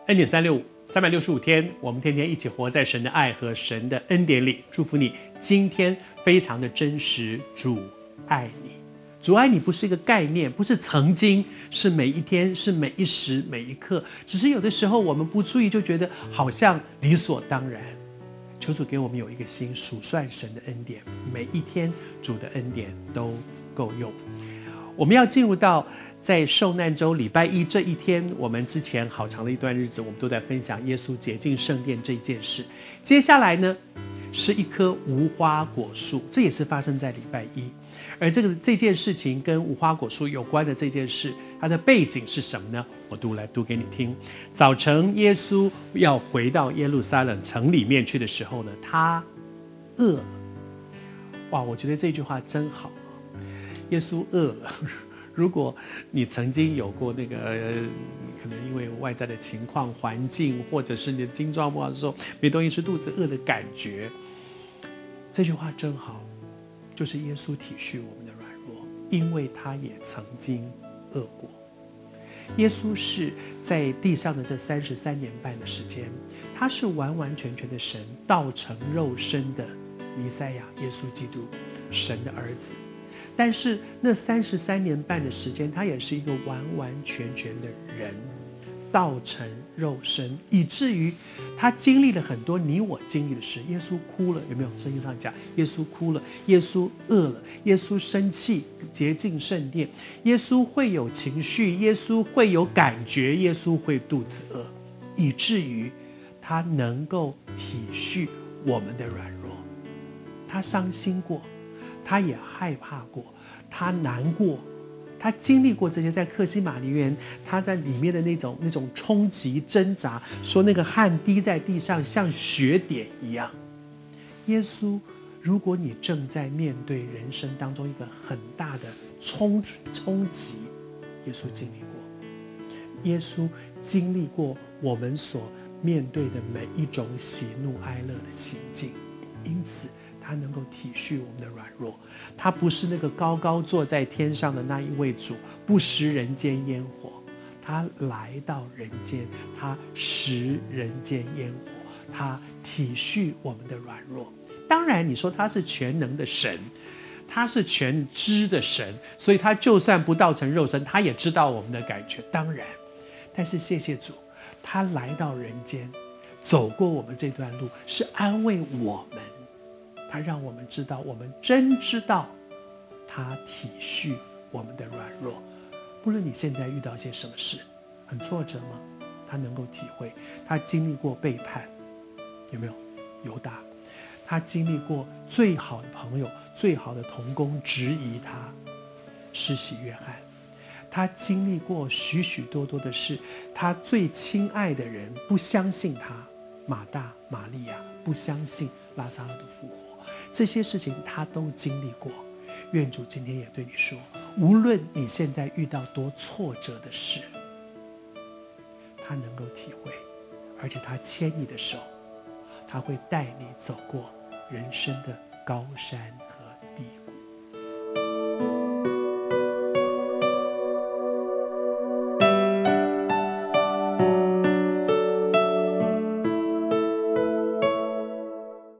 恩典365 365天，我们天天一起活在神的爱和神的恩典里。祝福你今天非常的真实，主爱你。主爱你不是一个概念，不是曾经，是每一天，是每一时每一刻。只是有的时候我们不注意，就觉得好像理所当然。求主给我们有一个心，数算神的恩典，每一天主的恩典都够用。我们要进入到在受难周礼拜一这一天，我们之前好长的一段日子，我们都在分享耶稣洁净圣殿这件事。接下来呢，是一棵无花果树，这也是发生在礼拜一。而这件事情跟无花果树有关的这件事，它的背景是什么呢？我读给你听。早晨，耶稣要回到耶路撒冷城里面去的时候呢，他饿了。哇，我觉得这句话真好。耶稣饿了。如果你曾经有过那个可能因为外在的情况、环境，或者是你的精状不好的时候，没东西吃，肚子饿的感觉，这句话真好。就是耶稣体恤我们的软弱，因为他也曾经饿过。耶稣是在地上的这33年半的时间，他是完完全全的神，道成肉身的弥赛亚，耶稣基督，神的儿子。但是那33年半的时间，他也是一个完完全全的人，道成肉身，以至于他经历了很多你我经历的事。耶稣哭了，有没有？圣经上讲，耶稣哭了，耶稣饿了，耶稣生气，洁净圣殿，耶稣会有情绪，耶稣会有感觉，耶稣会肚子饿，以至于他能够体恤我们的软弱。他伤心过，他也害怕过，他难过，他经历过这些。在客西马尼园，他在里面的那种冲击挣扎，说那个汗滴在地上像血点一样。耶稣，如果你正在面对人生当中一个很大的冲击，耶稣经历过。耶稣经历过我们所面对的每一种喜怒哀乐的情境，因此他能够体恤我们的软弱。他不是那个高高坐在天上的那一位主，不食人间烟火。他来到人间，他食人间烟火，他体恤我们的软弱。当然你说他是全能的神，他是全知的神，所以他就算不道成肉身，他也知道我们的感觉，当然。但是谢谢主，他来到人间，走过我们这段路，是安慰我们。他让我们知道，我们真知道他体恤我们的软弱。不论你现在遇到些什么事，很挫折吗？他能够体会。他经历过背叛，有没有？犹大。他经历过最好的朋友、最好的同工质疑他，施洗约翰。他经历过许许多多的事，他最亲爱的人不相信他，马大、玛利亚不相信拉撒路的复活。这些事情他都经历过。愿主今天也对你说，无论你现在遇到多挫折的事，他能够体会，而且他牵你的手，他会带你走过人生的高山